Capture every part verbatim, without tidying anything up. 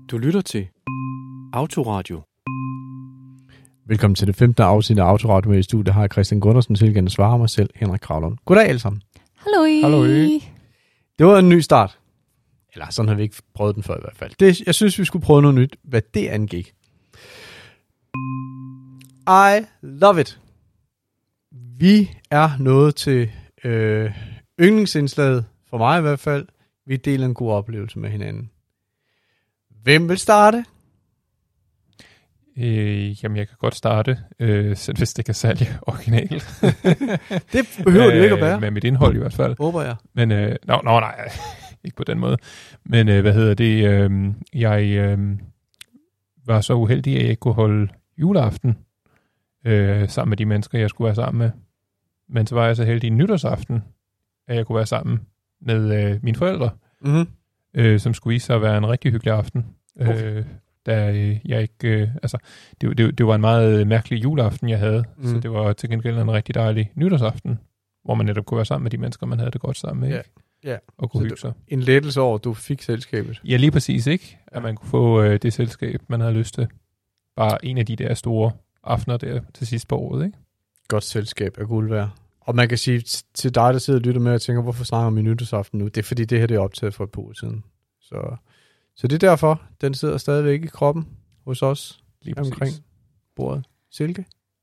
Du lytter til Autoradio. Velkommen til det femte afsnit af Autoradio. Med i studiet har jeg Christian Gundersen, tilgængen svarer mig selv, Henrik Kravlund. Goddag alle sammen. Hallo. Hallo. Det var en ny start. Eller sådan har vi ikke prøvet den før i hvert fald. Det, jeg synes, vi skulle prøve noget nyt, hvad det angik. I love it. Vi er nået til øh, yndlingsindslaget, for mig i hvert fald. Vi deler en god oplevelse med hinanden. Hvem vil starte? Øh, jamen, jeg kan godt starte, øh, selv hvis det kan sælge originalt. Det behøver det ikke at være. Med mit indhold i hvert fald. Håber jeg. Men, øh, no, no, nej, ikke på den måde. Men øh, hvad hedder det? Øh, jeg øh, var så uheldig, at jeg ikke kunne holde juleaften øh, sammen med de mennesker, jeg skulle være sammen med. Men så var jeg så heldig nytårsaften, at jeg kunne være sammen med øh, mine forældre, Mm-hmm. øh, som skulle vise sig at være en rigtig hyggelig aften. Okay. Øh, da øh, jeg ikke, øh, altså, det, det, det var en meget mærkelig juleaften, jeg havde, mm. så det var til gengæld en rigtig dejlig nytårsaften, hvor man netop kunne være sammen med de mennesker, man havde det godt sammen med, Ja. ikke? Ja. Og kunne hygge sig. En lettelse over, at du fik selskabet. Ja, lige præcis, ikke? At man kunne få øh, det selskab, man havde lyst til. Bare en af de der store aftener der til sidst på året, ikke? Godt selskab er guld værd. Og man kan sige til dig, der sidder og lytter med og tænker, hvorfor snakker vi nytårsaften nu? Det er fordi, det her det er optaget for et par uger siden. Så, så det er derfor, den sidder stadigvæk i kroppen hos os. Lige præcis. Omkring bordet. Silke?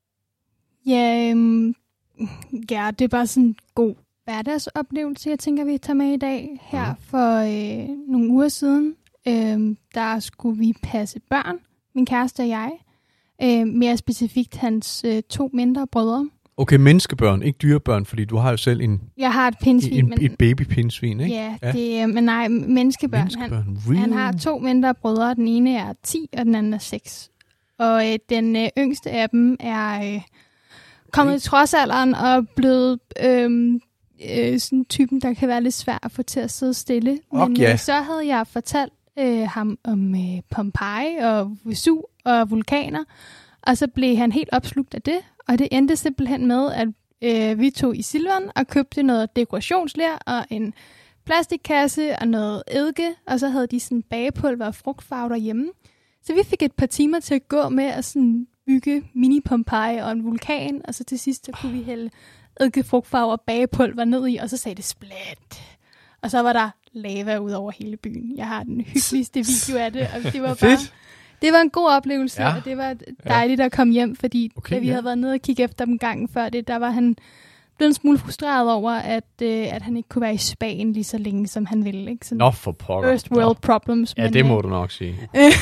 Ja, øhm, ja, det er bare sådan en god hverdagsoplevelse, jeg tænker, vi tager med i dag. Her Mhm. for øh, nogle uger siden, øh, der skulle vi passe børn, min kæreste og jeg. Øh, mere specifikt hans øh, to mindre brødre. Okay, menneskebørn, ikke dyrebørn, fordi du har jo selv en, Jeg har et pindsvin, en, men et babypindsvin, ikke? ja, Ja. det er, men nej, menneskebørn. Menneskebørn, Han, really? han har to mindre brødre. Den ene er ti, og den anden er seks. Og øh, den øh, yngste af dem er øh, kommet i trodsalderen og blevet øh, øh, sådan typen, der kan være lidt svær at få til at sidde stille. Ok, Men ja. øh, så havde jeg fortalt øh, ham om øh, Pompeji og Vesuv og vulkaner, og så blev han helt opslugt af det. Og det endte simpelthen med, at øh, vi tog i Silvan og købte noget dekorationsler og en plastikkasse og noget eddike, og så havde de sådan bagepulver og frugtfarve derhjemme. Så vi fik et par timer til at gå med at sådan bygge mini-Pompeji og en vulkan, og så til sidst så kunne vi hælde eddike, frugtfarve og bagepulver ned i, og så sagde det splat. Og så var der lava ud over hele byen. Jeg har den hyggeligste video af det, og det var bare... Det var en god oplevelse, Ja. ja. Og det var dejligt at komme hjem, fordi Okay, da vi ja. havde været nede og kigge efter dem gangen før det, der var han blevet en smule frustreret over, at, øh, at han ikke kunne være i Spanien lige så længe, som han ville. Ikke? Sådan Nå, for pokker. first world problems. Ja, men, det må øh, du nok sige.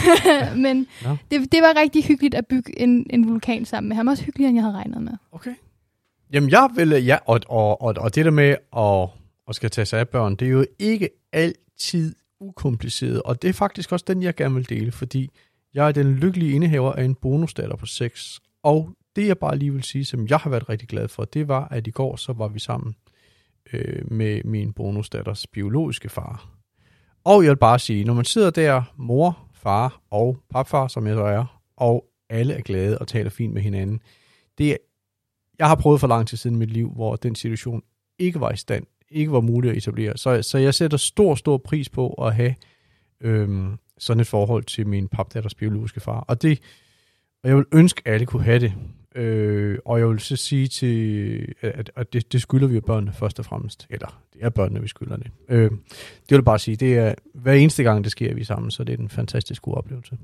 men Nå. det, det var rigtig hyggeligt at bygge en, en vulkan sammen med ham. Også hyggeligere, end jeg havde regnet med. Okay. Jamen, jeg vil, ja, og, og, og, og det der med at, at skal tage sig af børn, det er jo ikke altid ukompliceret, og det er faktisk også den, jeg gerne vil dele, fordi jeg er den lykkelige indehaver af en bonusdatter på seks, og det jeg bare lige vil sige, som jeg har været rigtig glad for, det var, at i går så var vi sammen øh, med min bonusdatters biologiske far. Og jeg vil bare sige, når man sidder der, mor, far og papfar, som jeg så er, og alle er glade og taler fint med hinanden, det er, jeg har prøvet for lang tid siden i mit liv, hvor den situation ikke var i stand, ikke var muligt at etablere. Så, så jeg sætter stor, stor pris på at have øhm, sådan et forhold til min papdatters biologiske far. Og det, og jeg vil ønske, at alle kunne have det. Øh, og jeg vil så sige til, at, at det, det skylder vi jo børnene først og fremmest. Eller det er børnene, vi skylder det. Øh, det vil jeg bare sige, det er hver eneste gang, det sker vi sammen, så det er en fantastisk god oplevelse.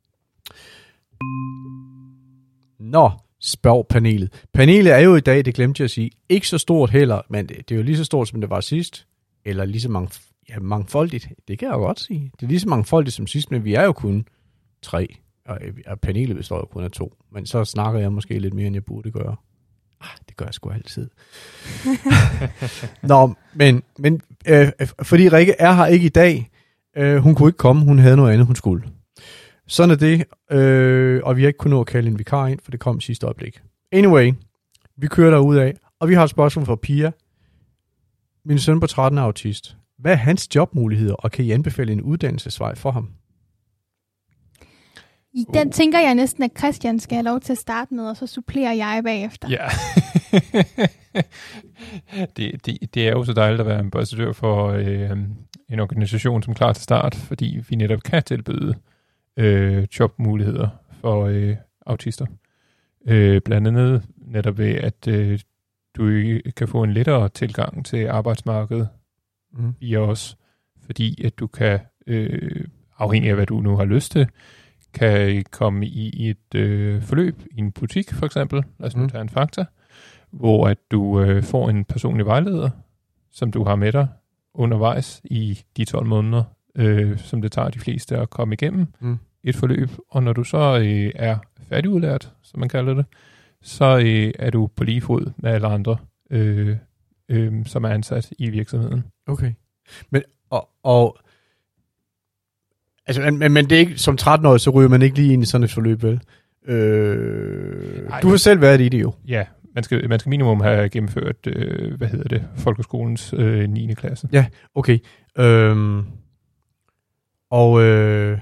Nå, spørg panelet. Panelet er jo i dag, det glemte jeg at sige, ikke så stort heller, men det, det er jo lige så stort, som det var sidst. Eller lige så mange, ja, mangfoldigt. Det kan jeg jo godt sige. Det er lige så mangfoldigt som sidst, men vi er jo kun tre. Og panelet består jo kun af to. Men så snakker jeg måske lidt mere, end jeg burde gøre. Ah, det gør jeg sgu altid. Nå, men, men øh, fordi Rikke er her ikke i dag, øh, hun kunne ikke komme, hun havde noget andet, hun skulle. Sådan er det, øh, og vi har ikke kunnet nå at kalde en vikar ind, for det kom i sidste øjeblik. Anyway, vi kører derudad, og vi har et spørgsmål fra Pia. Min søn på tretten er autist. Hvad er hans jobmuligheder, og kan I anbefale en uddannelsesvej for ham? I den uh. tænker jeg næsten, at Christian skal have lov til at starte med, og så supplerer jeg bagefter. Ja. det, det, det er jo så dejligt at være ambassadør for øh, en organisation som Klar til Start, fordi vi netop kan tilbyde øh, jobmuligheder for øh, autister. Øh, blandt andet netop ved, at øh, du kan få en lettere tilgang til arbejdsmarkedet Mm. via os, fordi at du kan, øh, afhængig af hvad du nu har lyst til, kan komme i et øh, forløb i en butik for eksempel, lad os nu Mm. tage en Fakta, hvor at du øh, får en personlig vejleder, som du har med dig undervejs i de tolv måneder, øh, som det tager de fleste at komme igennem Mm. et forløb. Og når du så øh, er færdigudlært, som man kalder det, så øh, er du på lige fod med alle andre, øh, øh, som er ansat i virksomheden. Okay. Men, og, og altså, men, men det er ikke, som tretten-årig, så ryger man ikke lige ind i sådan et forløb, vel? Øh, Ej, du har selv været i det jo. Ja, man skal, man skal minimum have gennemført, øh, hvad hedder det, folkeskolens øh, niende klasse. Ja, okay. Øhm, og øh,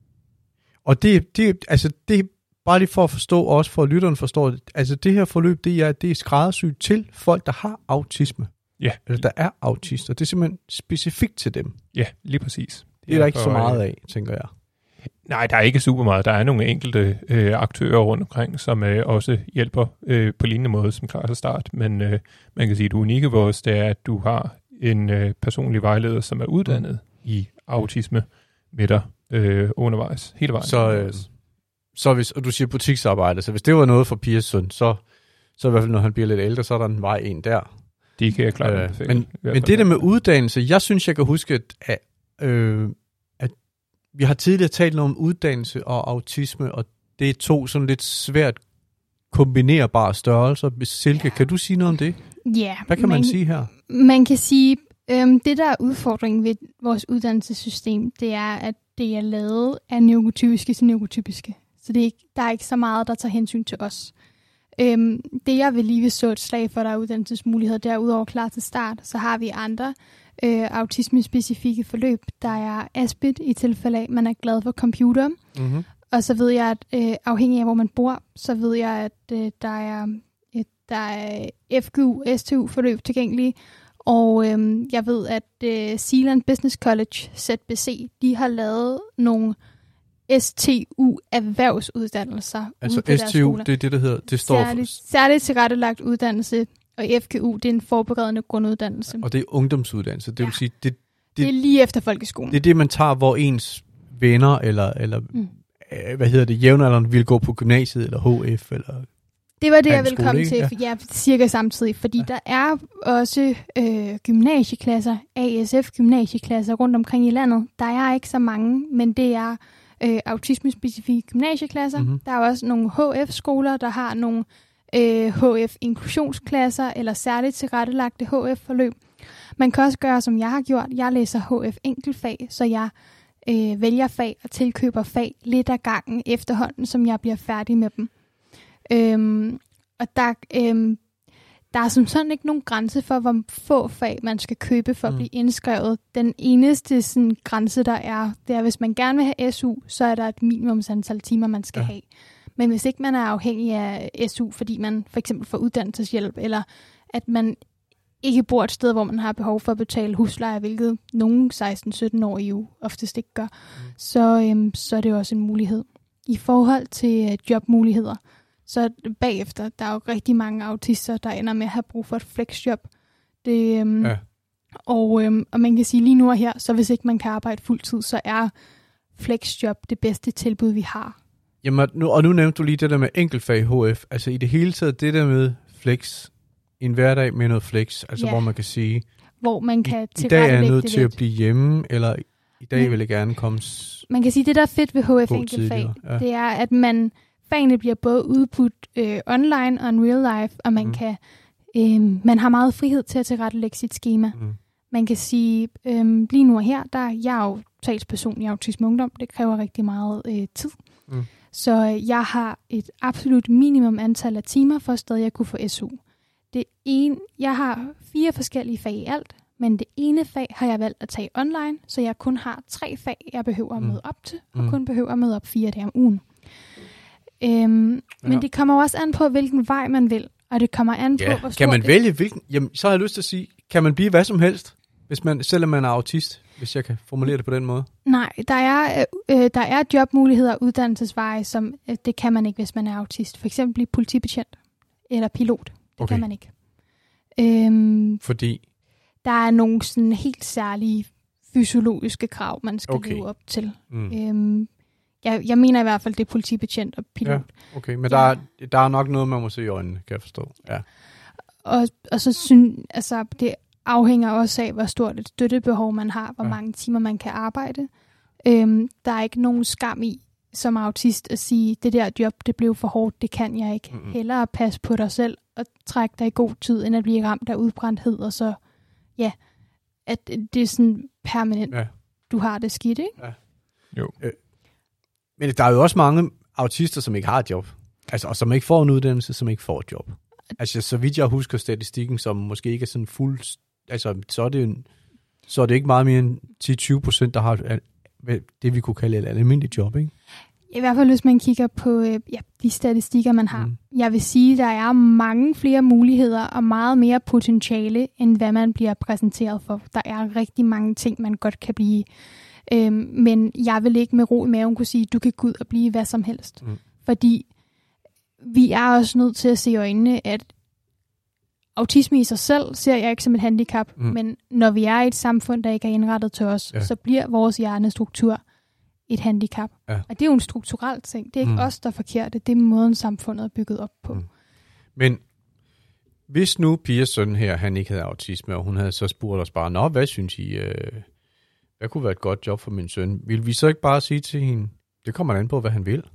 og det, det, altså det er bare lige for at forstå, også for at lytteren forstår det, altså det her forløb, det er, det er skræddersyet til folk, der har autisme. Ja. Eller der er autister. Det er simpelthen specifikt til dem. Ja, lige præcis. Det er der ikke for, så meget øh, af, tænker jeg. Nej, der er ikke super meget. Der er nogle enkelte øh, aktører rundt omkring, som øh, også hjælper øh, på lignende måde som Klar til Start. Men øh, man kan sige, at det unikke for os, det er, at du har en øh, personlig vejleder, som er uddannet i autisme med dig øh, undervejs. Hele vejen. Så, øh, så hvis, og du siger butiksarbejde, så hvis det var noget for Pias søn, så, så i hvert fald, når han bliver lidt ældre, så er der en vej ind der. Det kan jeg klart øh, anbefale. Men, men det der med uddannelse, jeg synes, jeg kan huske, at, at, øh, at vi har tidligere talt om uddannelse og autisme, og det er to sådan lidt svært kombinerbare størrelser. Silke, kan du sige noget om det? Ja. Hvad kan man, man sige her? Man kan sige, øhm, det der er udfordringen ved vores uddannelsessystem, det er, at det er lavet af neurotypiske til neurotypiske. Så det er ikke, der er ikke så meget, der tager hensyn til os. Øhm, det jeg vil lige vil så et slag for, der er uddannelsesmuligheder, derudover Klar til Start, så har vi andre øh, autisme-specifikke forløb. Der er Aspit i tilfælde af, man er glad for computer. Mm-hmm. Og så ved jeg, at øh, afhængig af, hvor man bor, så ved jeg, at øh, der er et, der er F G U, S T U-forløb tilgængelige. Og øh, jeg ved, at øh, Zealand Business College, Z B C, de har lavet nogle S T U-erhvervsuddannelser. Altså ude på S deres T U, skoler. det er det, der hedder, det står Særligt, for, særligt tilrettelagt uddannelse, og F G U, det er en forberedende grunduddannelse. og det er ungdomsuddannelse. Det Ja. vil sige, det, Det er lige efter folkeskolen. det er det, man tager, hvor ens venner, eller, eller Mm. øh, hvad hedder det, jævnaldrende vil gå på gymnasiet, eller H F, eller... Det var det, jeg Handelsskole, ville komme ikke? til, Ja. for ja, cirka samtidig, fordi ja. Der er også øh, gymnasieklasser, A S F gymnasieklasser rundt omkring i landet. Der er ikke så mange, men det er øh, autismespecifikke gymnasieklasser. Mhm. Mm-hmm. Der er også nogle H F-skoler, der har nogle øh, H F-inklusionsklasser, eller særligt tilrettelagte H F-forløb. Man kan også gøre, som jeg har gjort. Jeg læser H F-enkeltfag, så jeg øh, vælger fag og tilkøber fag lidt ad gangen efterhånden, som jeg bliver færdig med dem. Øhm, og der, øhm, der er som sådan ikke nogen grænse for, hvor få fag man skal købe for at Mm. blive indskrevet. Den eneste sådan, grænse, der er, det er, hvis man gerne vil have S U, så er der et minimumsantal timer, man skal Ja. have. Men hvis ikke man er afhængig af S U, fordi man for eksempel får uddannelseshjælp, eller at man ikke bor et sted, hvor man har behov for at betale husleje, hvilket nogle seksten sytten år jo oftest ikke gør, mm. så, øhm, så er det også en mulighed. I forhold til øh, jobmuligheder, så bagefter, der er jo rigtig mange autister, der ender med at have brug for et flexjob. Det, øhm, Ja. og, øhm, og man kan sige lige nu og her, så hvis ikke man kan arbejde fuldtid, så er flexjob det bedste tilbud, vi har. Jamen, nu, og nu nævnte du lige det der med enkeltfag H F. Altså i det hele taget, det der med flex, en hverdag med noget flex, altså Ja. hvor man kan sige, Hvor man kan i, i dag er jeg tilrettelægge nødt det til lidt. at blive hjemme, eller i dag Men- vil jeg gerne komme s- Man kan sige, det der er fedt ved H F på enkeltfag, tidligere. Ja. det er, at man fagene bliver både udbudt øh, online og in real life, og man Mm. kan øh, man har meget frihed til at tilrettelægge sit schema. Mm. Man kan sige, øh, lige nu og her, der er jeg jo talsperson i Autisme Ungdom. Det kræver rigtig meget øh, tid. Mm. Så øh, jeg har et absolut minimum antal af timer for at stadig at kunne få S U. Det ene, jeg har fire forskellige fag i alt, men det ene fag har jeg valgt at tage online, så jeg kun har tre fag, jeg behøver at Mm. møde op til, og Mm. kun behøver at møde op fire dage om ugen. Øhm, Ja. Men det kommer jo også an på, hvilken vej man vil, og det kommer an på, hvor Ja. stort Kan man et- vælge hvilken? Jamen, så har jeg lyst til at sige, kan man blive hvad som helst, hvis man, selvom man er autist? hvis jeg kan formulere det på den måde? Nej, der er, øh, der er jobmuligheder og uddannelsesveje, som øh, det kan man ikke, hvis man er autist. For eksempel blive politibetjent eller pilot. Det Okay. kan man ikke. Øhm, Fordi? der er nogle sådan helt særlige fysiologiske krav, man skal Okay. leve op til. Mm. Øhm, jeg, jeg mener i hvert fald, det er politibetjent og pilot. Ja, okay. Men Ja. der, er, der er nok noget, man må se i øjnene, kan jeg forstå. Ja. Og, og så synes, altså, det afhænger også af, hvor stort et støttebehov man har, hvor Ja. ja. mange timer man kan arbejde. Øhm, der er ikke nogen skam i, som autist, at sige, det der job, det blev for hårdt, det kan jeg ikke. Mm-mm. Hellere passe på dig selv og trække dig i god tid, end at blive ramt af udbrændthed, og så, ja, at det er sådan permanent, Ja. du har det skidt, ikke? Men der er jo også mange autister, som ikke har et job. Altså, og som ikke får en uddannelse, som ikke får et job. Altså, så vidt jeg husker statistikken, som måske ikke er sådan fuld... Altså, så er det, en, så er det ikke meget mere end ti til tyve procent, der har det, vi kunne kalde et almindeligt job, ikke? I hvert fald, hvis man kigger på øh, ja, de statistikker, man har. Mm. Mm. Jeg vil sige, der er mange flere muligheder og meget mere potentiale, end hvad man bliver præsenteret for. Der er rigtig mange ting, man godt kan blive. Øhm, men jeg vil ikke med ro i maven kunne sige, du kan gå ud og blive hvad som helst. Mm. Fordi vi er også nødt til at se i øjnene, at autisme i sig selv ser jeg ikke som et handicap, Mm. mm. men når vi er i et samfund, der ikke er indrettet til os, Ja. ja. så bliver vores hjernestruktur et handicap. Ja. Og det er jo en strukturel ting. Det er ikke Mm. mm. os, der er forkerte. Det er måden, samfundet er bygget op på. Mm. Men hvis nu Pias søn her, han ikke havde autisme, og hun havde så spurgt os bare, nå, hvad synes I, øh, hvad kunne være et godt job for min søn? Vil vi så ikke bare sige til hende, det kommer an på, hvad han vil,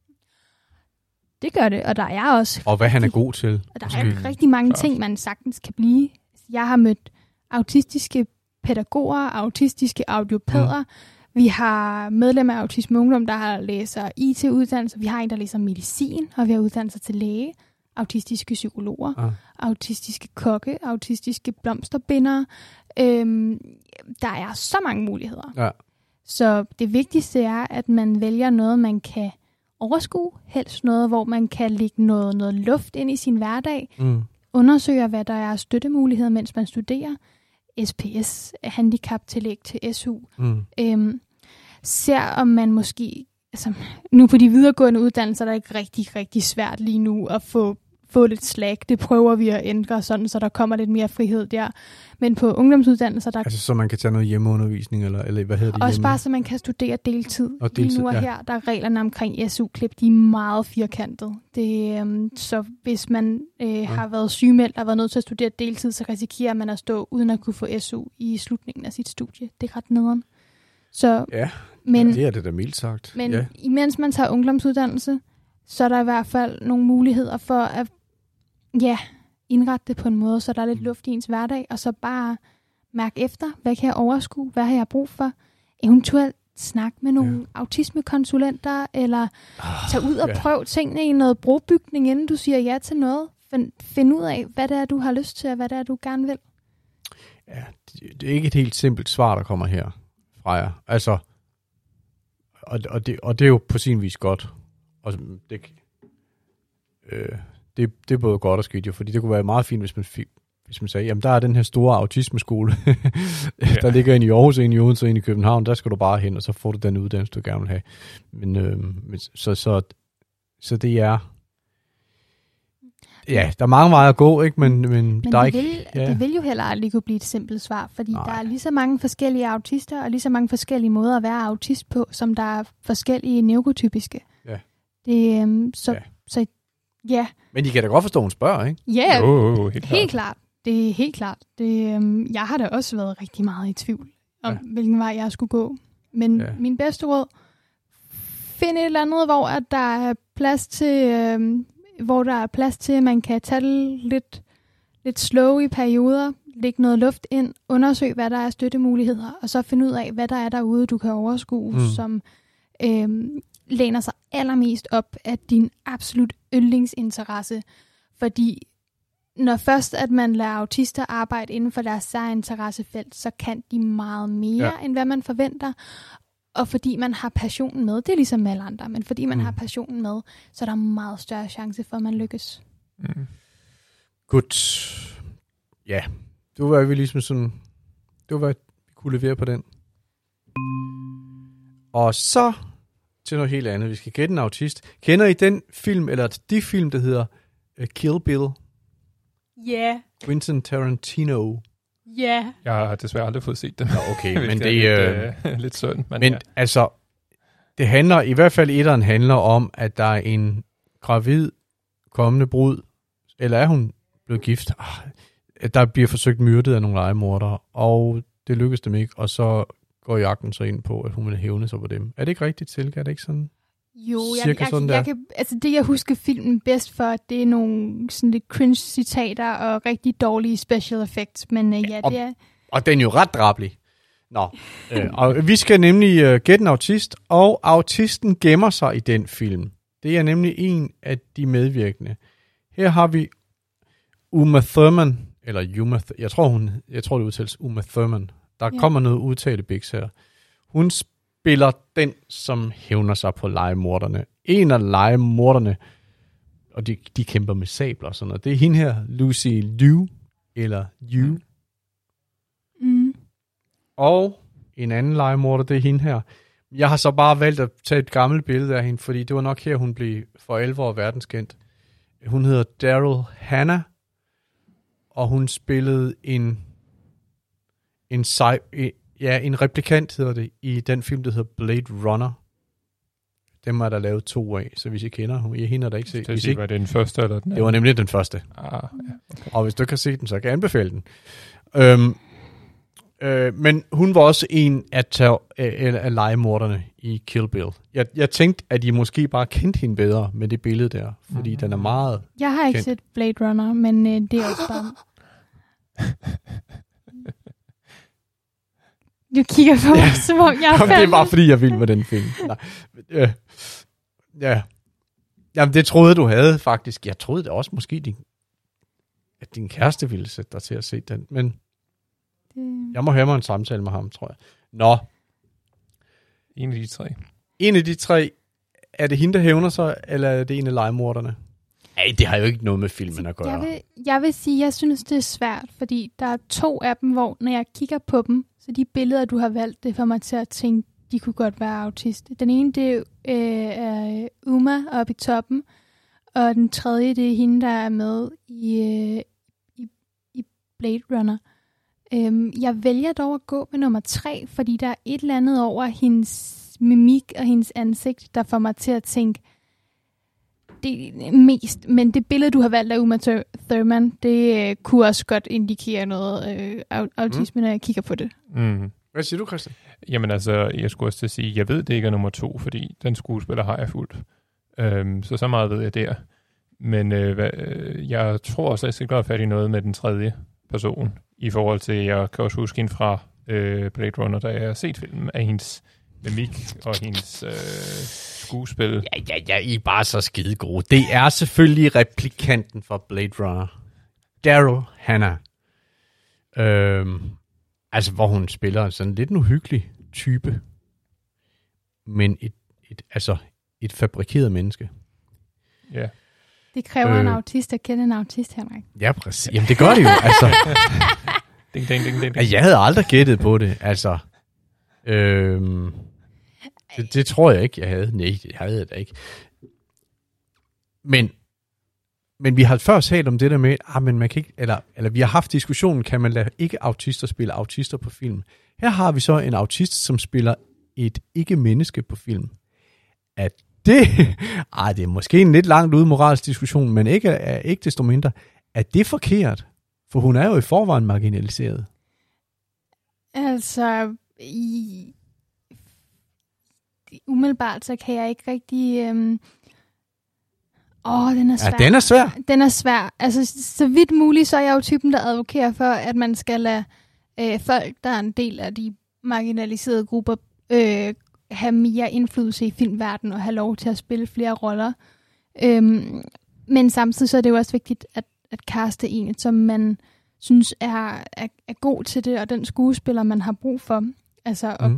Det gør det, og der er også og hvad han er god til? og der måske? er rigtig mange Klart. ting, man sagtens kan blive. Jeg har mødt autistiske pædagoger, autistiske audiopæder. Mm. Vi har medlemmer af Autisme Ungdom, der har læser I T-uddannelser. Vi har en, der læser medicin, og vi har uddannelser til læge. Autistiske psykologer, Ah. autistiske kokke, autistiske blomsterbindere. Øhm, der er så mange muligheder. Ja. Så det vigtigste er, at man vælger noget, man kan overskue. Helst noget, hvor man kan lægge noget, noget luft ind i sin hverdag. Mm. Undersøger, hvad der er af støttemuligheder, mens man studerer. S P S, handicaptillæg til S U. Mm. Øhm, ser om man måske, altså nu på de videregående uddannelser, der er ikke rigtig, rigtig svært lige nu at få, få lidt slack. Det prøver vi at ændre sådan, så der kommer lidt mere frihed der. Men på ungdomsuddannelser, der Altså, så man kan tage noget hjemmeundervisning, eller, eller hvad hedder det? også hjemme? bare, så man kan studere deltid. Og deltid, Lige nu og ja. her, der er reglerne omkring S U-klip, de er meget firkantede. Det, øhm, så hvis man øh, ja. har været sygemeldt og været nødt til at studere deltid, så risikerer man at stå uden at kunne få S U i slutningen af sit studie. Det er ret nederen. Så, Ja, men, ja, det er det da mildt sagt. men ja. imens man tager ungdomsuddannelse, så er der i hvert fald nogle muligheder for at ja, indrette det på en måde, så der er lidt luft i ens hverdag, og så bare mærke efter, hvad kan jeg overskue, hvad har jeg brug for, eventuelt snak med nogle ja. autismekonsulenter, eller tage ud og ja. prøve tingene i noget brobygning, inden du siger ja til noget. Find, find ud af, hvad det er, du har lyst til, og hvad det er, du gerne vil. Ja, det, det er ikke et helt simpelt svar, der kommer her fra jer. Altså, og, og, det, og det er jo på sin vis godt. Og det, øh, det, det er både godt og skidt jo, fordi det kunne være meget fint, hvis man fik, hvis man sagde, jamen der er den her store autismeskole, ja. der ligger en i Aarhus, en i Odense, en i København, der skal du bare hen, og så får du den uddannelse, du gerne vil have. Men, øh, men så, så, så det er, ja, der er mange veje at gå, ikke? Men, men, Men der er det, ikke, vil, ja. det vil jo heller aldrig kunne blive et simpelt svar, fordi Nej. der er lige så mange forskellige autister, og lige så mange forskellige måder at være autist på, som der er forskellige neurotypiske. Ja. Det, øhm, så, Ja. ja. så ja, Men I kan da godt forstå, hun spørger, ikke? ja, Jo, jo, jo, helt, helt klart. klart. Det er helt klart. Det, øhm, jeg har da også været rigtig meget i tvivl om, Ja. ja. hvilken vej jeg skulle gå. Men Ja. ja. min bedste råd, find et eller andet, hvor at der er plads til, øhm, hvor der er plads til, at man kan tage det lidt, lidt slow i perioder, lægge noget luft ind, undersøg, hvad der er støttemuligheder, og så finde ud af, hvad der er derude, du kan overskue, Mm. mm. som øhm, læner sig allermest op af din absolut yndlingsinteresse. Fordi når først, at man lader autister arbejde inden for deres særinteressefelt, så kan de meget mere, Ja. end hvad man forventer. Og fordi man har passionen med, det er ligesom med alle andre, men fordi man Mm. mm. har passionen med, så er der meget større chance for, at man lykkes. Mm. Godt. Ja, det var vi ligesom sådan, det var hvad vi kunne levere på den. Og så til noget helt andet. Vi skal gætte en autist. Kender I den film, eller de film, der hedder uh, Kill Bill? Ja. Yeah. Quentin Tarantino. Ja. Yeah. Jeg har desværre aldrig fået set den. Ja, okay, men det er er... lidt, øh, lidt synd. Men, men ja. altså, det handler, i hvert fald etteren handler om, at der er en gravid kommende brud, eller er hun blevet gift? Ah, der bliver forsøgt myrdet af nogle legemordere, og det lykkes dem ikke, og så går jagten så ind på, at hun vil hævne sig på dem. Er det ikke rigtigt, Silke? Er det ikke sådan? Jo, jeg, Cirka jeg, sådan jeg, der? jeg kan, altså det jeg husker filmen bedst for, det er nogle sådan lidt cringe citater og rigtig dårlige special effects, men uh, ja, og, det er... Og den er jo ret drabelig. Nå, øh, og vi skal nemlig øh, gætte en autist, og autisten gemmer sig i den film. Det er nemlig en af de medvirkende. Her har vi Uma Thurman, eller Uma, jeg tror hun, jeg tror det udtales Uma Thurman. Der Ja. kommer noget udtalebiks her. Hun spiller den, som hævner sig på legemorderne. En af legemorderne, og de, de kæmper med sabler og sådan noget. Det er hende her, Lucy Liu, eller Liu. Mm. Og en anden legemorder, det er hende her. Jeg har så bare valgt at tage et gammelt billede af hende, fordi det var nok her, hun blev for alvor verdenskendt. Hun hedder Daryl Hannah, og hun spillede en en, sci- ja, en replikant, hedder det, i den film, der hedder Blade Runner. Dem er der lavet to af, så hvis I kender hende, I hende der ikke se. Det, Hvis sige, ikke, var det den første eller den anden? det var nemlig den første. Ah, ja, okay. Og hvis du ikke har set den, så kan jeg anbefale den. Øhm, øh, men hun var også en af, ter- af, af legemorderne i Kill Bill. Jeg, jeg tænkte, at I måske bare kendte hende bedre med det billede der, fordi mm. den er meget... Jeg har ikke kendt. set Blade Runner, men øh, det er også bare... Du kigger på mig, som om jeg er Jamen, det er fandme- bare fordi, jeg vil med den film. Nej. Øh, ja. Jamen, det troede du havde faktisk. Jeg troede det også måske, din, at din kæreste ville sætte dig til at se den. Men Det- jeg må have mig en samtale med ham, tror jeg. Nå, En af de tre. en af de tre, er det hende, der hævner sig, eller er det en af legemorderne? Nej, det har jo ikke noget med filmen at gøre. Jeg vil, jeg vil sige, at jeg synes, det er svært, fordi der er to af dem, hvor når jeg kigger på dem, så de billeder, du har valgt, det får mig til at tænke, de kunne godt være autist. Den ene, det er, øh, er Uma oppe i toppen, og den tredje, det er hende, der er med i, øh, i, i Blade Runner. Øhm, jeg vælger dog at gå med nummer tre, fordi der er et eller andet over hendes mimik og hendes ansigt, der får mig til at tænke, det mest, men det billede, du har valgt af Uma Thurman, det øh, kunne også godt indikere noget øh, autisme, mm. når jeg kigger på det. Mm. Hvad siger du, Christian? Jamen altså, jeg skulle også til at sige, jeg ved, det ikke er nummer to, fordi den skuespiller har jeg fulgt. Øhm, så så meget ved jeg der. Men øh, hvad, øh, jeg tror også, at jeg skal gøre fat i noget med den tredje person, i forhold til, jeg kan også huske hende fra øh, Blade Runner, da jeg har set filmen af hendes mimik og hendes øh, skuespil. Ja, ja, ja, I er bare så skide gode. Det er selvfølgelig replikanten fra Blade Runner. Daryl Hannah. Øhm, altså, hvor hun spiller sådan lidt en uhyggelig type. Men et, et, altså, et fabrikeret menneske. Ja. Det kræver øh. en Øh. autist at kende en autist, Henrik. Ja, præcis. Jamen, det gør det jo. Altså, Ding, ding, ding, ding, ding. altså, jeg havde aldrig gættet på det. Altså, øhm, det, det tror jeg ikke, jeg havde. Nej, det havde jeg da ikke. Men, men vi har før talt om det der med, ah, men man kan ikke, eller, eller vi har haft diskussionen, kan man lade ikke autister spille autister på film? Her har vi så en autist, som spiller et ikke-menneske på film. At det, ah, det er måske en lidt langt ude moralsk diskussion, men ikke, er ikke desto mindre, at det er forkert, for hun er jo i forvejen marginaliseret. Altså, i, umiddelbart, så kan jeg ikke rigtig... Øhm, åh, den er svær. Ja, den er svær. Den er svær. Altså, så vidt muligt, så er jeg jo typen, der advokerer for, at man skal lade øh, folk, der er en del af de marginaliserede grupper, øh, have mere indflydelse i filmverdenen og have lov til at spille flere roller. Øhm, men samtidig så er det jo også vigtigt at, at caste en, som man synes er, er, er god til det, og den skuespiller, man har brug for. Altså, og, Mm.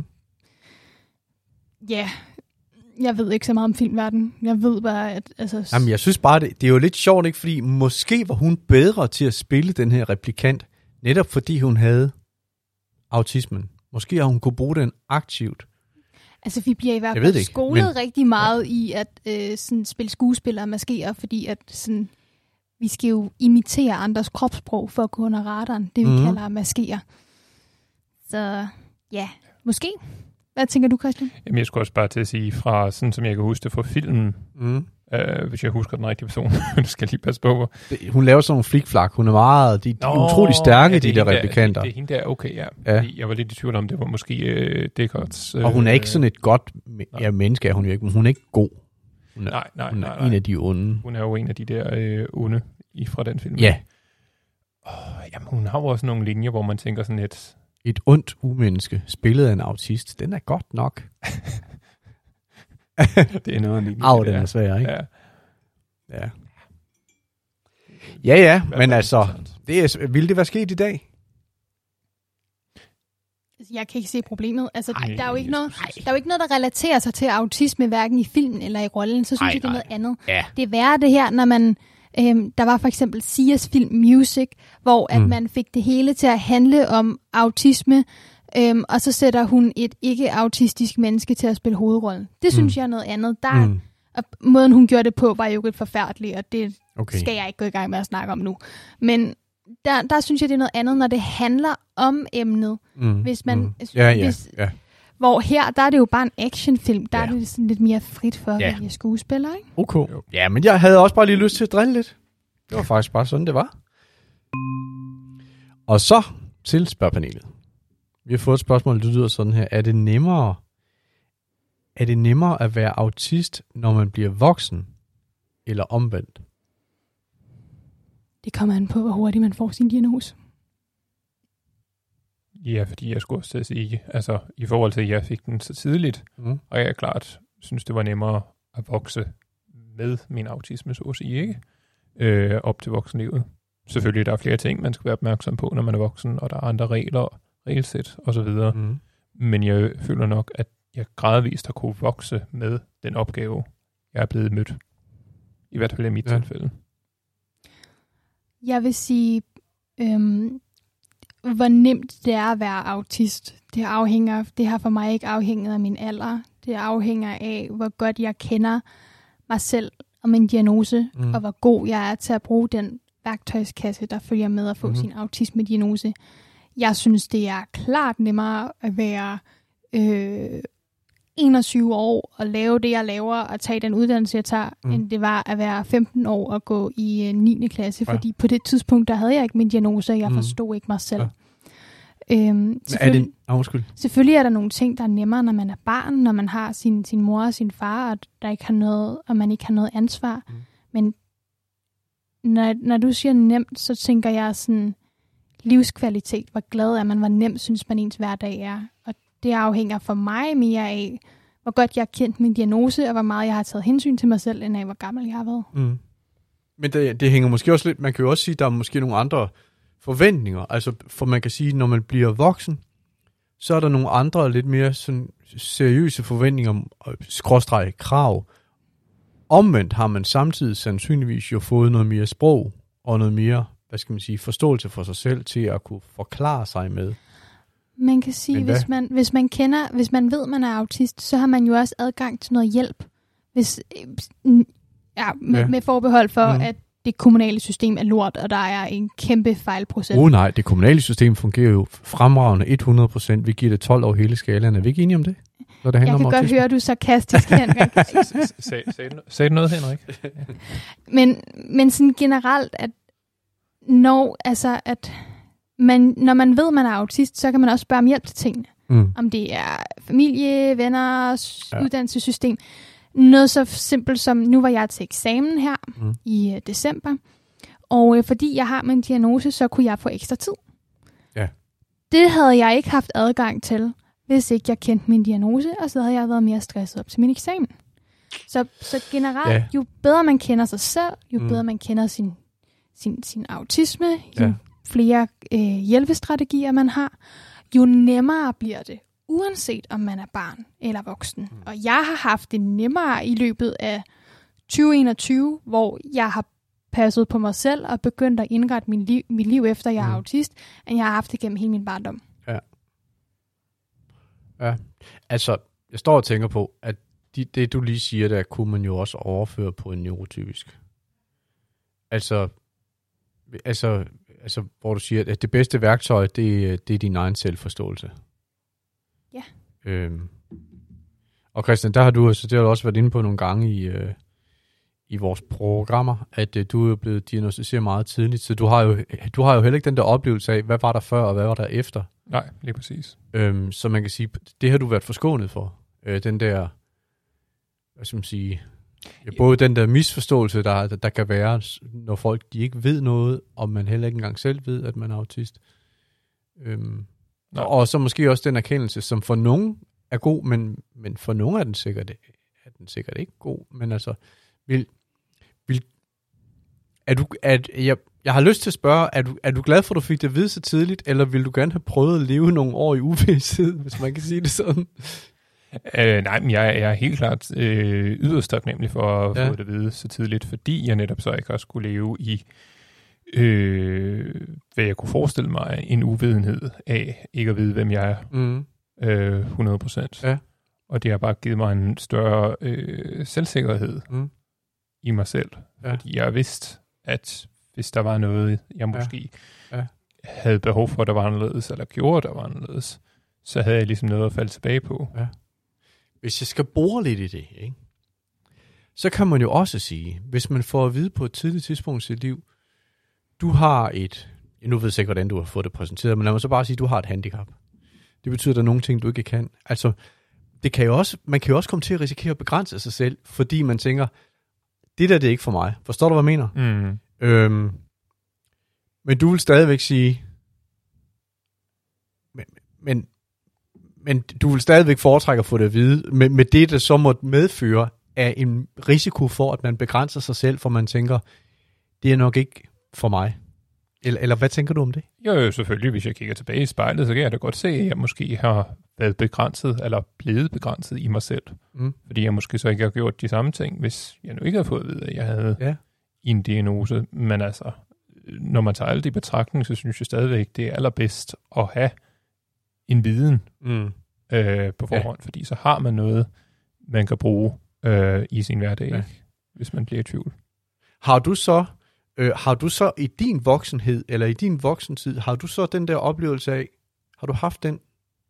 ja, jeg ved ikke så meget om filmverdenen. Jeg ved bare, at... Altså, Jamen, jeg synes bare, det, det er jo lidt sjovt, ikke? Fordi måske var hun bedre til at spille den her replikant, netop fordi hun havde autismen. Måske har hun kunne bruge den aktivt. Altså, vi bliver i hvert fald skolet men... rigtig meget ja. i at øh, sådan, spille skuespillere og maskerer, fordi at sådan, vi skal jo imitere andres kropssprog for at gå under radaren. Det vi mm. kalder maskere. Så ja, måske. Hvad tænker du, Christian? Jamen, jeg skulle også bare til at sige, fra sådan som jeg kan huske det fra filmen, mm. øh, hvis jeg husker den rigtige person, nu skal jeg lige passe på. Det, hun laver sådan nogle flikflak. Hun er meget, de, de Nå, er utrolig stærke, ja, de der replikanter. Det, det er hende der, okay, ja. ja. Jeg var lidt i tvivl om, det var måske øh, Deckards. Øh, og hun er ikke sådan et godt ja, menneske, er hun jo ikke, men hun er ikke god. Hun er, nej, nej, hun er nej, nej. en af de onde. Hun er jo en af de der øh, onde i, fra den film. Ja. Oh, jamen, hun har jo også nogle linjer, hvor man tænker sådan et... Et ondt umenneske, spillet af en autist. Den er godt nok. Det er noget lignende. Au, den er svær, ikke? Ja. Ja, ja, ja men altså, det er, ville det være sket i dag? Jeg kan ikke se problemet. Altså, Ej, der, er jo ikke noget, der er jo ikke noget, der relaterer sig til autisme, hverken i filmen eller i rollen. Så synes Ej, jeg, det er noget andet. Ja. Det er værre det her, når man... Øhm, der var for eksempel Sias film Music, hvor at mm. man fik det hele til at handle om autisme, øhm, og så sætter hun et ikke-autistisk menneske til at spille hovedrollen. Det synes mm. jeg er noget andet. Der, mm. og måden hun gjorde det på, var jo lidt forfærdeligt, og det okay. skal jeg ikke gå i gang med at snakke om nu. Men der, der synes jeg, det er noget andet, når det handler om emnet. Mm. Hvis man... Mm. Ja, ja, hvis, ja. Hvor her, der er det jo bare en actionfilm. Der ja. er det sådan lidt mere frit for at ja. vælge skuespillere, ikke? Okay. Ja, men jeg havde også bare lige lyst til at drille lidt. Det var faktisk bare sådan, det var. Og så til spørgpanelet. Vi har fået et spørgsmål, der lyder sådan her. Er det nemmere, er det nemmere at være autist, når man bliver voksen, eller omvendt? Det kommer an på, hvor hurtigt man får sin diagnose. Ja, fordi jeg skulle også til at sige, altså i forhold til, at jeg fik den så tidligt, mm. og jeg klart synes, det var nemmere at vokse med min autisme, så at sige, ikke? Øh, op til voksenlivet. Selvfølgelig, der er flere ting, man skal være opmærksom på, når man er voksen, og der er andre regler, regelsæt og så videre. Mm. Men jeg føler nok, at jeg gradvist har kunne vokse med den opgave, jeg er blevet mødt. I hvert fald i mit ja. tilfælde. Jeg vil sige... Øhm hvor nemt det er at være autist. Det afhænger, det har for mig ikke afhænget af min alder. Det afhænger af, hvor godt jeg kender mig selv og min diagnose, mm. og hvor god jeg er til at bruge den værktøjskasse, der følger med at få mm. sin autisme-diagnose. Jeg synes, det er klart nemmere at være øh, enogtyve år og lave det, jeg laver, og tage den uddannelse, jeg tager, mm. end det var at være femten år og gå i niende klasse. Ja. Fordi på det tidspunkt, der havde jeg ikke min diagnose, og jeg mm. forstod ikke mig selv. Ja. Øhm, selvfølgelig, er det, oh, selvfølgelig er der nogle ting, der er nemmere, når man er barn, når man har sin, sin mor og sin far, og, der ikke har noget, og man ikke har noget ansvar. Mm. Men når, når du siger nemt, så tænker jeg sådan livskvalitet. Hvor glad er man, hvor nemt synes man ens hverdag er. Og det afhænger for mig mere af, hvor godt jeg har kendt min diagnose, og hvor meget jeg har taget hensyn til mig selv, end af hvor gammel jeg har været. Mm. Men det, det hænger måske også lidt, man kan jo også sige, at der er måske nogle andre forventninger. Altså, for man kan sige, når man bliver voksen, så er der nogle andre lidt mere sådan seriøse forventninger, skråstreg krav. Omvendt har man samtidig sandsynligvis jo fået noget mere sprog, og noget mere, hvad skal man sige, forståelse for sig selv til at kunne forklare sig med. Man kan sige, hvis man, hvis man kender, hvis man ved, man er autist, så har man jo også adgang til noget hjælp. Hvis, ja, med, ja. med forbehold for, mm. at det kommunale system er lort, og der er en kæmpe fejlprocent. Oh nej, det kommunale system fungerer jo fremragende hundrede procent. Vi giver det tolv over hele skalaen. Er vi ikke enige om det? Når det jeg kan godt høre, du er sarkastisk, Henrik. Sagde du noget, Henrik? men, men sådan generelt, at når, altså, at man, når man ved, man er autist, så kan man også spørge om hjælp til tingene. Mm. Om det er familie, venner, ja. uddannelsessystem. Noget så simpelt som, nu var jeg til eksamen her mm. i uh, december, og uh, fordi jeg har min diagnose, så kunne jeg få ekstra tid. Ja. Det havde jeg ikke haft adgang til, hvis ikke jeg kendte min diagnose, og så havde jeg været mere stresset op til min eksamen. Så, så generelt, ja. jo bedre man kender sig selv, jo mm. bedre man kender sin, sin, sin autisme, jo ja. flere øh, hjælpestrategier man har, jo nemmere bliver det, uanset om man er barn eller voksen. Mm. Og jeg har haft det nemmere i løbet af tyve enogtyve, hvor jeg har passet på mig selv og begyndt at indrette min liv, mit liv efter, jeg er mm. autist, end jeg har haft det gennem hele min barndom. Ja. Ja, altså, jeg står og tænker på, at de, det, du lige siger, der kunne man jo også overføre på en neurotypisk. Altså, altså, altså hvor du siger, at det bedste værktøj, det, det er din egen selvforståelse. Ja. Øhm. Og Christian, der har du, altså, det har du også været inde på nogle gange i, øh, i vores programmer, at øh, du er blevet diagnosticeret meget tidligt, så du har, jo, du har jo heller ikke den der oplevelse af, hvad var der før, og hvad var der efter. Nej, lige præcis. Øhm, så man kan sige, det har du været forskånet for. Øh, den der, hvad skal man sige, ja, både den der misforståelse, der, der, der kan være, når folk de ikke ved noget, og man heller ikke engang selv ved, at man er autist. Øhm, og, og så måske også den erkendelse, som for nogen er god, men, men for nogle er den sikkert, er den sikkert ikke god. Men altså, vil, vil, er du, er, jeg, jeg har lyst til at spørge, er du, er du glad for, at du fik det at vide så tidligt, eller vil du gerne have prøvet at leve nogle år i uvidsthed, hvis man kan sige det sådan? Øh, nej, men jeg, jeg er helt klart øh, yderst taknemmelig for at ja. få det at vide så tidligt, fordi jeg netop så ikke også skulle leve i, øh, hvad jeg kunne forestille mig, en uvidenhed af ikke at vide, hvem jeg er. Mm. Øh, hundrede procent. Ja. Og det har bare givet mig en større øh, selvsikkerhed mm. i mig selv. Ja. Fordi jeg vidste, at hvis der var noget, jeg måske ja. Ja. havde behov for, der var anderledes, eller gjorde, der var anderledes, så havde jeg ligesom noget at falde tilbage på. Ja. Hvis jeg skal bore lidt i det, ikke? Så kan man jo også sige, hvis man får at vide på et tidligt tidspunkt i sit liv, du har et, nu ved jeg ikke, hvordan du har fået det præsenteret, men lad mig så bare sige, du har et handicap. Det betyder, at der er nogle ting, du ikke kan. Altså, det kan jo også, man kan jo også komme til at risikere at begrænse sig selv, fordi man tænker, det der, det er ikke for mig. Forstår du, hvad jeg mener? Mm. Øhm, men du vil stadigvæk sige, men, men, men du vil stadigvæk foretrække at få det at vide, med, med det, der så måtte medføre af en risiko for, at man begrænser sig selv, for man tænker, det er nok ikke for mig. Eller, eller hvad tænker du om det? Jo, jo, selvfølgelig. Hvis jeg kigger tilbage i spejlet, så kan jeg da godt se, at jeg måske har været begrænset, eller blevet begrænset i mig selv. Mm. Fordi jeg måske så ikke har gjort de samme ting, hvis jeg nu ikke har fået at vide, at jeg havde ja. en diagnose. Men altså, når man tager alt i betragtning, så synes jeg stadigvæk, det er allerbedst at have en viden mm. øh, på forhånd. Ja. Fordi så har man noget, man kan bruge øh, i sin hverdag, ja. hvis man bliver i tvivl. Har du så... Øh, har du så i din voksenhed, eller i din voksentid, har du så den der oplevelse af, har du haft den,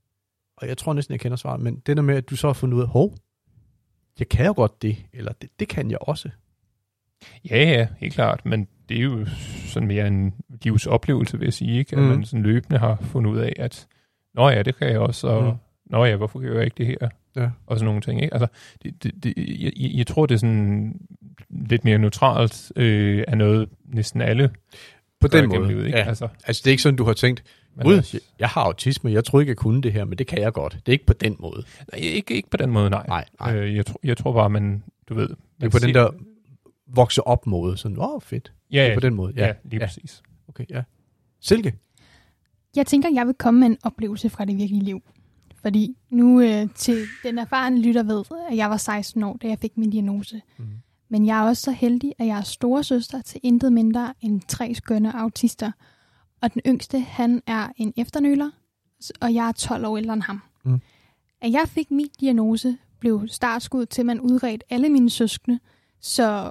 og jeg tror næsten, jeg kender svaret, men det der med, at du så har fundet ud af, hov, jeg kan jo godt det, eller det, det kan jeg også. Ja, ja, helt klart, men det er jo sådan mere en livsoplevelse, vil jeg sige, ikke? At mm. man sådan løbende har fundet ud af, at nå ja, det kan jeg også, og mm. nå ja, hvorfor gør jeg ikke det her? Ja. Og sådan nogle ting, ikke? Altså, det, det, det, jeg, jeg tror, det er sådan lidt mere neutralt øh, af noget, næsten alle på den måde. Livet, ikke? Ja. Altså, altså, det er ikke sådan, du har tænkt, gud, jeg har autisme, jeg tror ikke, jeg kunne det her, men det kan jeg godt. Det er ikke på den måde. Nej, ikke, ikke på den måde, nej. nej, nej. Øh, jeg, tro, jeg tror bare, man, du ved... Det er på den der vokse op måde, sådan, åh, oh, fedt. Ja, ja, på den måde. Ja, ja lige ja. præcis. Okay, ja. Silke? Jeg tænker, jeg vil komme med en oplevelse fra det virkelige liv. Fordi nu øh, til den erfarne lytter ved, at jeg var seksten år, da jeg fik min diagnose. Mm. Men jeg er også så heldig, at jeg er storesøster til intet mindre end tre skønne autister. Og den yngste, han er en efternøler, og jeg er tolv år ældre end ham. Mm. At jeg fik min diagnose, blev startskud til, at man udredte alle mine søskende. Så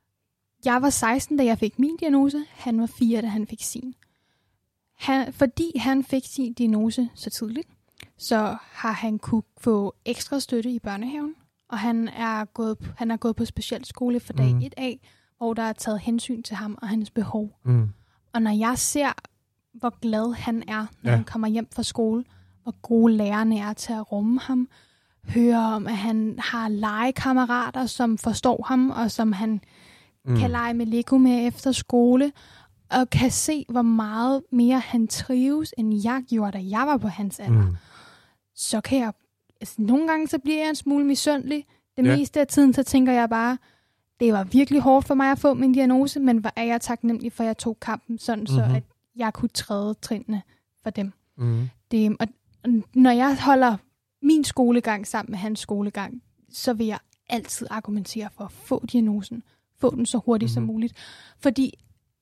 jeg var seksten, da jeg fik min diagnose. Han var fire, da han fik sin. Han, fordi han fik sin diagnose så tidligt, så har han kunne få ekstra støtte i børnehaven, og han er gået, han er gået på specialskole for dag mm. et af, hvor der er taget hensyn til ham og hans behov. Mm. Og når jeg ser, hvor glad han er, når ja. han kommer hjem fra skole, hvor gode lærerne er til at rumme ham, høre om, at han har legekammerater, som forstår ham, og som han mm. kan lege med Lego med efter skole, og kan se, hvor meget mere han trives, end jeg gjorde, da jeg var på hans alder. Mm. Så kan jeg, altså nogle gange så bliver jeg en smule misundelig. Det ja. meste af tiden, så tænker jeg bare, det var virkelig hårdt for mig at få min diagnose, men hvor er jeg taknemmelig for, at jeg tog kampen sådan, mm-hmm. så at jeg kunne træde trinene for dem. Mm. Det, og når jeg holder min skolegang sammen med hans skolegang, så vil jeg altid argumentere for at få diagnosen. Få den så hurtigt mm-hmm. som muligt. Fordi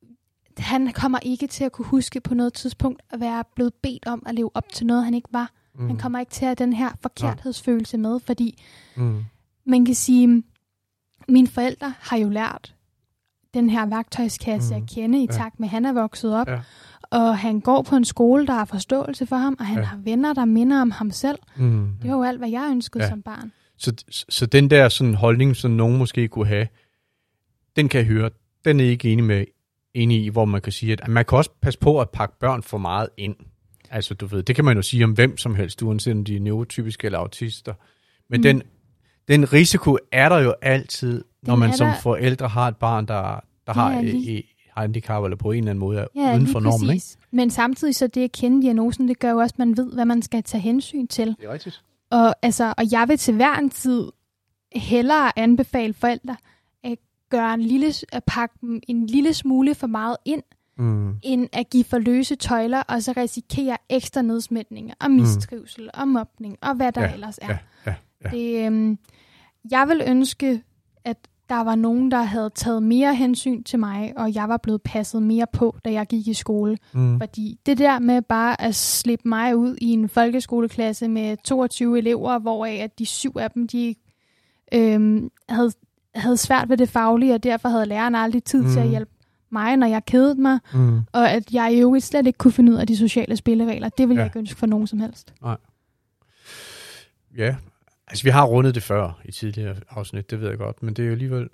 han kommer ikke til at kunne huske på noget tidspunkt at være blevet bedt om at leve op til noget, han ikke var. Mm. Han kommer ikke til at have den her forkerthedsfølelse med, fordi Mm. man kan sige, mine forældre har jo lært den her værktøjskasse Mm. at kende i Ja. takt med, at han er vokset op. Ja. Og han går på en skole, der har forståelse for ham, og han Ja. har venner, der minder om ham selv. Mm. Det var jo alt, hvad jeg ønskede Ja. som barn. Så, så den der sådan holdning, som nogen måske kunne have, den kan jeg høre, den er ikke enig med enig i, hvor man kan sige, at man kan også passe på at pakke børn for meget ind. Altså, du ved, det kan man jo sige om hvem som helst, uanset om de er neurotypiske eller autister. Men mm. den, den risiko er der jo altid, når Den man er som der. forældre har et barn, der, der har Ja, et, lige- et handicap, eller på en eller anden måde er Ja, uden lige for normen, ikke? præcis. Men samtidig så det at kende diagnosen, det gør jo også, at man ved, hvad man skal tage hensyn til. Det er rigtigt. Og, altså, og jeg vil til hver en tid hellere anbefale forældre at gøre en lille, at pakke dem en lille smule for meget ind, Mm. end at give for løse tøjler, og så risikere ekstra nedsmætninger, og mistrivsel, mm. og mobning, og hvad der Ja, ellers er. Ja, ja, ja. Det, øhm, jeg vil ønske, at der var nogen, der havde taget mere hensyn til mig, og jeg var blevet passet mere på, da jeg gik i skole. Mm. Fordi det der med bare at slippe mig ud i en folkeskoleklasse med toogtyve elever, hvoraf at de syv af dem, de øhm, havde, havde svært ved det faglige, og derfor havde læreren aldrig tid mm. til at hjælpe mig, når jeg kedede mig, Mm. og at jeg i øvrigt slet ikke kunne finde ud af de sociale spilleregler. Det vil Ja. jeg ikke ønske for nogen som helst. Ja, altså vi har rundet det før i tidligere afsnit, det ved jeg godt, men det er jo alligevel...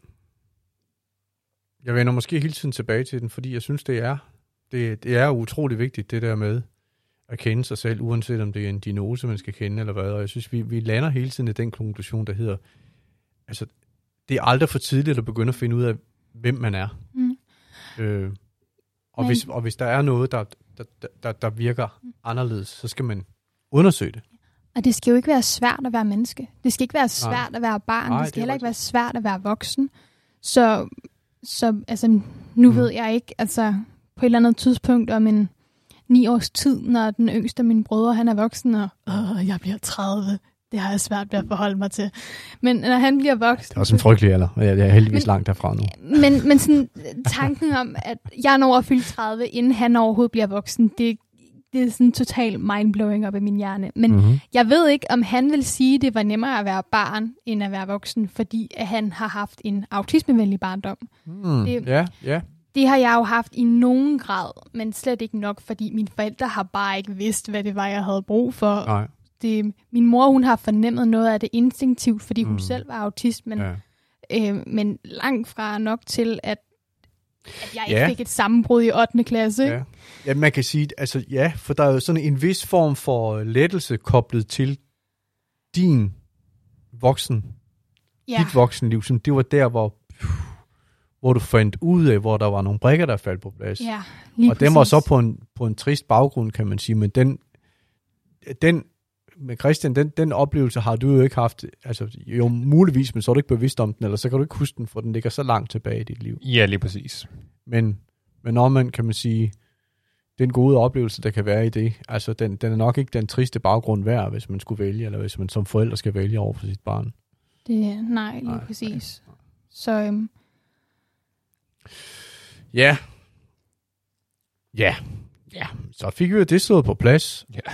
Jeg vender måske hele tiden tilbage til den, fordi jeg synes, det er det, det er utrolig vigtigt, det der med at kende sig selv, uanset om det er en diagnose, man skal kende eller hvad, og jeg synes, vi, vi lander hele tiden i den konklusion, der hedder, altså, det er aldrig for tidligt at begynde at finde ud af, hvem man er. Mm. Øh, og, Men- hvis, og hvis der er noget, der, der, der, der virker anderledes, så skal man undersøge det. Og det skal jo ikke være svært at være menneske. Det skal ikke være svært Nej. at være barn. Nej, det skal det er heller ikke være rigtigt. svært at være voksen. Så, så altså, nu Mm. ved jeg ikke, altså på et eller andet tidspunkt om en ni års tid, når den yngste af mine brødre, han er voksen, og Åh, jeg bliver tredive. Det har jeg svært ved at forholde mig til. Men når han bliver voksen... Det er også en frygtelig alder, og jeg er heldigvis Men- langt derfra nu. Men, men sådan, tanken om, at jeg når at fylde tredive, inden han overhovedet bliver voksen, det, det er sådan totalt mindblowing op i min hjerne. Men Mm-hmm. jeg ved ikke, om han vil sige, at det var nemmere at være barn, end at være voksen, fordi at han har haft en autismevenlig barndom. Mm. Det- Ja, ja. Det har jeg jo haft i nogen grad, men slet ikke nok, fordi mine forældre har bare ikke vidst, hvad det var, jeg havde brug for. Nej. Det, min mor, hun har fornemmet noget af det instinktivt, fordi hun Mm. selv var autist, men, Ja. øh, men langt fra nok til, at, at jeg ikke Ja. fik et sammenbrud i ottende klasse. Ja. Ja, man kan sige, altså ja, for der er jo sådan en vis form for lettelse koblet til din voksen, Ja. dit voksenliv, som det var der, hvor, hvor du fandt ud af, hvor der var nogle brikker, der faldt på plads. Ja, lige og den var præcis. så på en, på en trist baggrund, kan man sige, men den, den med Christian, den, den oplevelse har du jo ikke haft, altså jo muligvis, men så er du ikke bevidst om den, eller så kan du ikke huske den, for den ligger så langt tilbage i dit liv. Ja, lige præcis. Men, men når man, kan man sige, den gode oplevelse, der kan være i det, altså den, den er nok ikke den triste baggrund værd, hvis man skulle vælge, eller hvis man som forælder skal vælge over for sit barn. Det, nej, lige Nej, nej, præcis. Nej. Så øhm, Ja. Ja. Ja, så fik vi jo det slået på plads. Ja.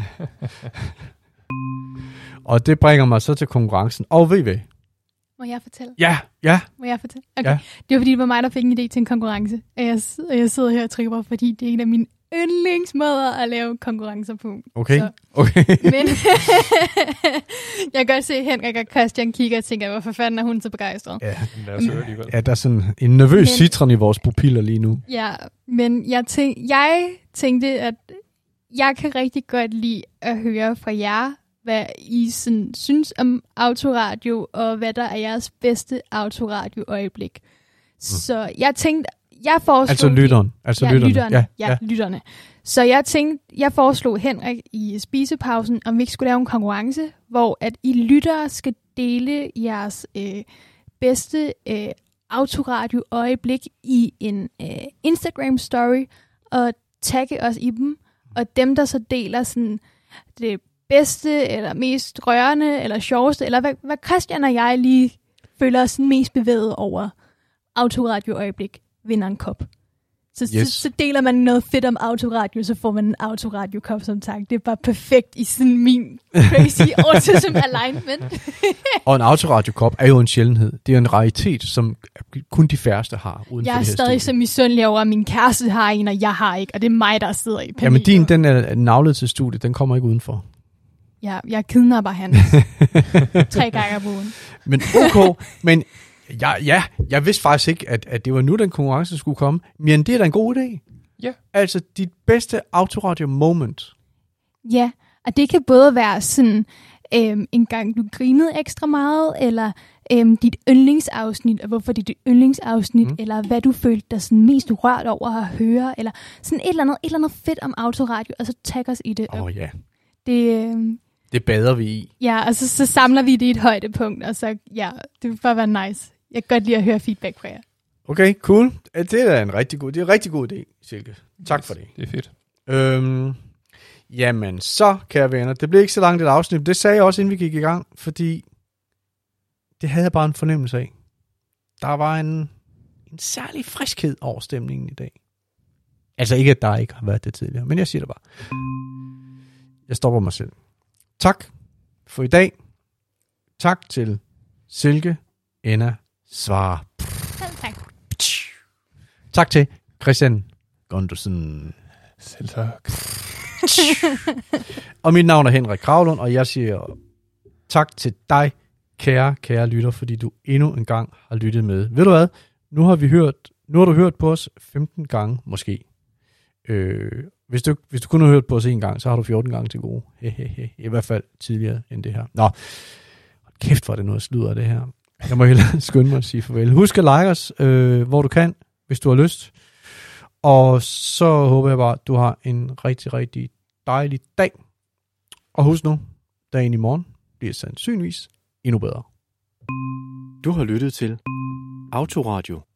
Og det bringer mig så til konkurrencen. Og ved I hvad? må jeg fortælle? Ja, ja. Må jeg fortælle? Okay. Ja. Det var fordi, det var mig, der fik en idé til en konkurrence. Og jeg, og jeg sidder her og trykker på, fordi det er en af mine yndlingsmåder at lave konkurrencer på. Okay, Så, okay. men jeg kan godt se, at Henrik og Christian kigger og tænker, hvorfor fanden er hun så begejstret? Ja, Lad os høre alligevel. ja, der er sådan en nervøs Men- citron i vores pupiller lige nu. Ja, men jeg, tænk, jeg tænkte, at jeg kan rigtig godt lide at høre fra jer, hvad I sådan, synes om autoradio, og hvad der er jeres bedste autoradio-øjeblik. Mm. Så jeg tænkte, jeg foreslog... Altså lytteren. Altså ja, lytterne. lytterne. Ja, ja, lytterne. Så jeg tænkte, jeg foreslog Henrik i spisepausen, om vi ikke skulle lave en konkurrence, hvor at I lyttere skal dele jeres øh, bedste øh, autoradio-øjeblik i en øh, Instagram-story, og tagge os i dem. Og dem, der så deler sådan det bedste, eller mest rørende, eller sjoveste, eller hvad, hvad Christian og jeg lige føler os sådan mest bevæget over autoradio-øjeblik, vinder en kop. Så, Yes. så, så deler man noget fedt om autoradio, så får man en autoradio-kop som tak. Det er bare perfekt i sådan min crazy autism alignment. Og en autoradiokop er jo en sjældenhed. Det er en raritet, som kun de færreste har uden Jeg for er det her stadig så studie. misundelig over, at min kæreste har en, og jeg har ikke. Og det er mig, der sidder i panik. Jamen din, den er navlet til studiet, den kommer ikke udenfor. Ja, jeg kidnapper han tre gange om ugen. Men ok, men ja, ja, jeg vidste faktisk ikke, at, at det var nu, den konkurrence skulle komme. Men det er da en god idé. Ja. Altså, dit bedste autoradio moment. Ja, og det kan både være sådan øhm, en gang, du grinede ekstra meget, eller øhm, dit yndlingsafsnit, og hvorfor det er dit yndlingsafsnit, Mm. mm. eller hvad du følte dig sådan mest rørt over at høre, eller sådan et eller andet, et eller andet fedt om autoradio, og så tag os i det. Åh oh, ja, Det, øhm, det bader vi i. ja, og så, så samler vi det i et højdepunkt, og så, ja, det vil bare være nice. Jeg kan godt lide at høre feedback fra jer. Okay, cool. Det er en rigtig god, det er en rigtig god idé, Silke. Tak for det. Det er fedt. Øhm, jamen, så, kære venner, det blev ikke så langt et afsnit. Det sagde jeg også, inden vi gik i gang, fordi det havde jeg bare en fornemmelse af. Der var en, en særlig friskhed over stemningen i dag. Altså ikke, at der ikke har været det tidligere, men jeg siger det bare. Jeg stopper mig selv. Tak for i dag. Tak til Silke Enna Svare. Selv tak. Tak til Christian Gundersen. Selv tak. Og mit navn er Henrik Kravlund, og jeg siger tak til dig, kære, kære lytter, fordi du endnu en gang har lyttet med. Ved du hvad? Nu har vi hørt, nu har du hørt på os femten gange, måske. Øh, hvis, du, hvis du kun har hørt på os en gang, så har du fjorten gange til gode. Hehehe. I hvert fald tidligere end det her. Nå, kæft hvor er det noget sludder det her. Jeg må hellere skynde mig at sige farvel. Husk at like os, øh, hvor du kan, hvis du har lyst. Og så håber jeg bare, at du har en rigtig, rigtig dejlig dag. Og husk nu, dagen i morgen bliver sandsynligvis endnu bedre. Du har lyttet til Autoradio.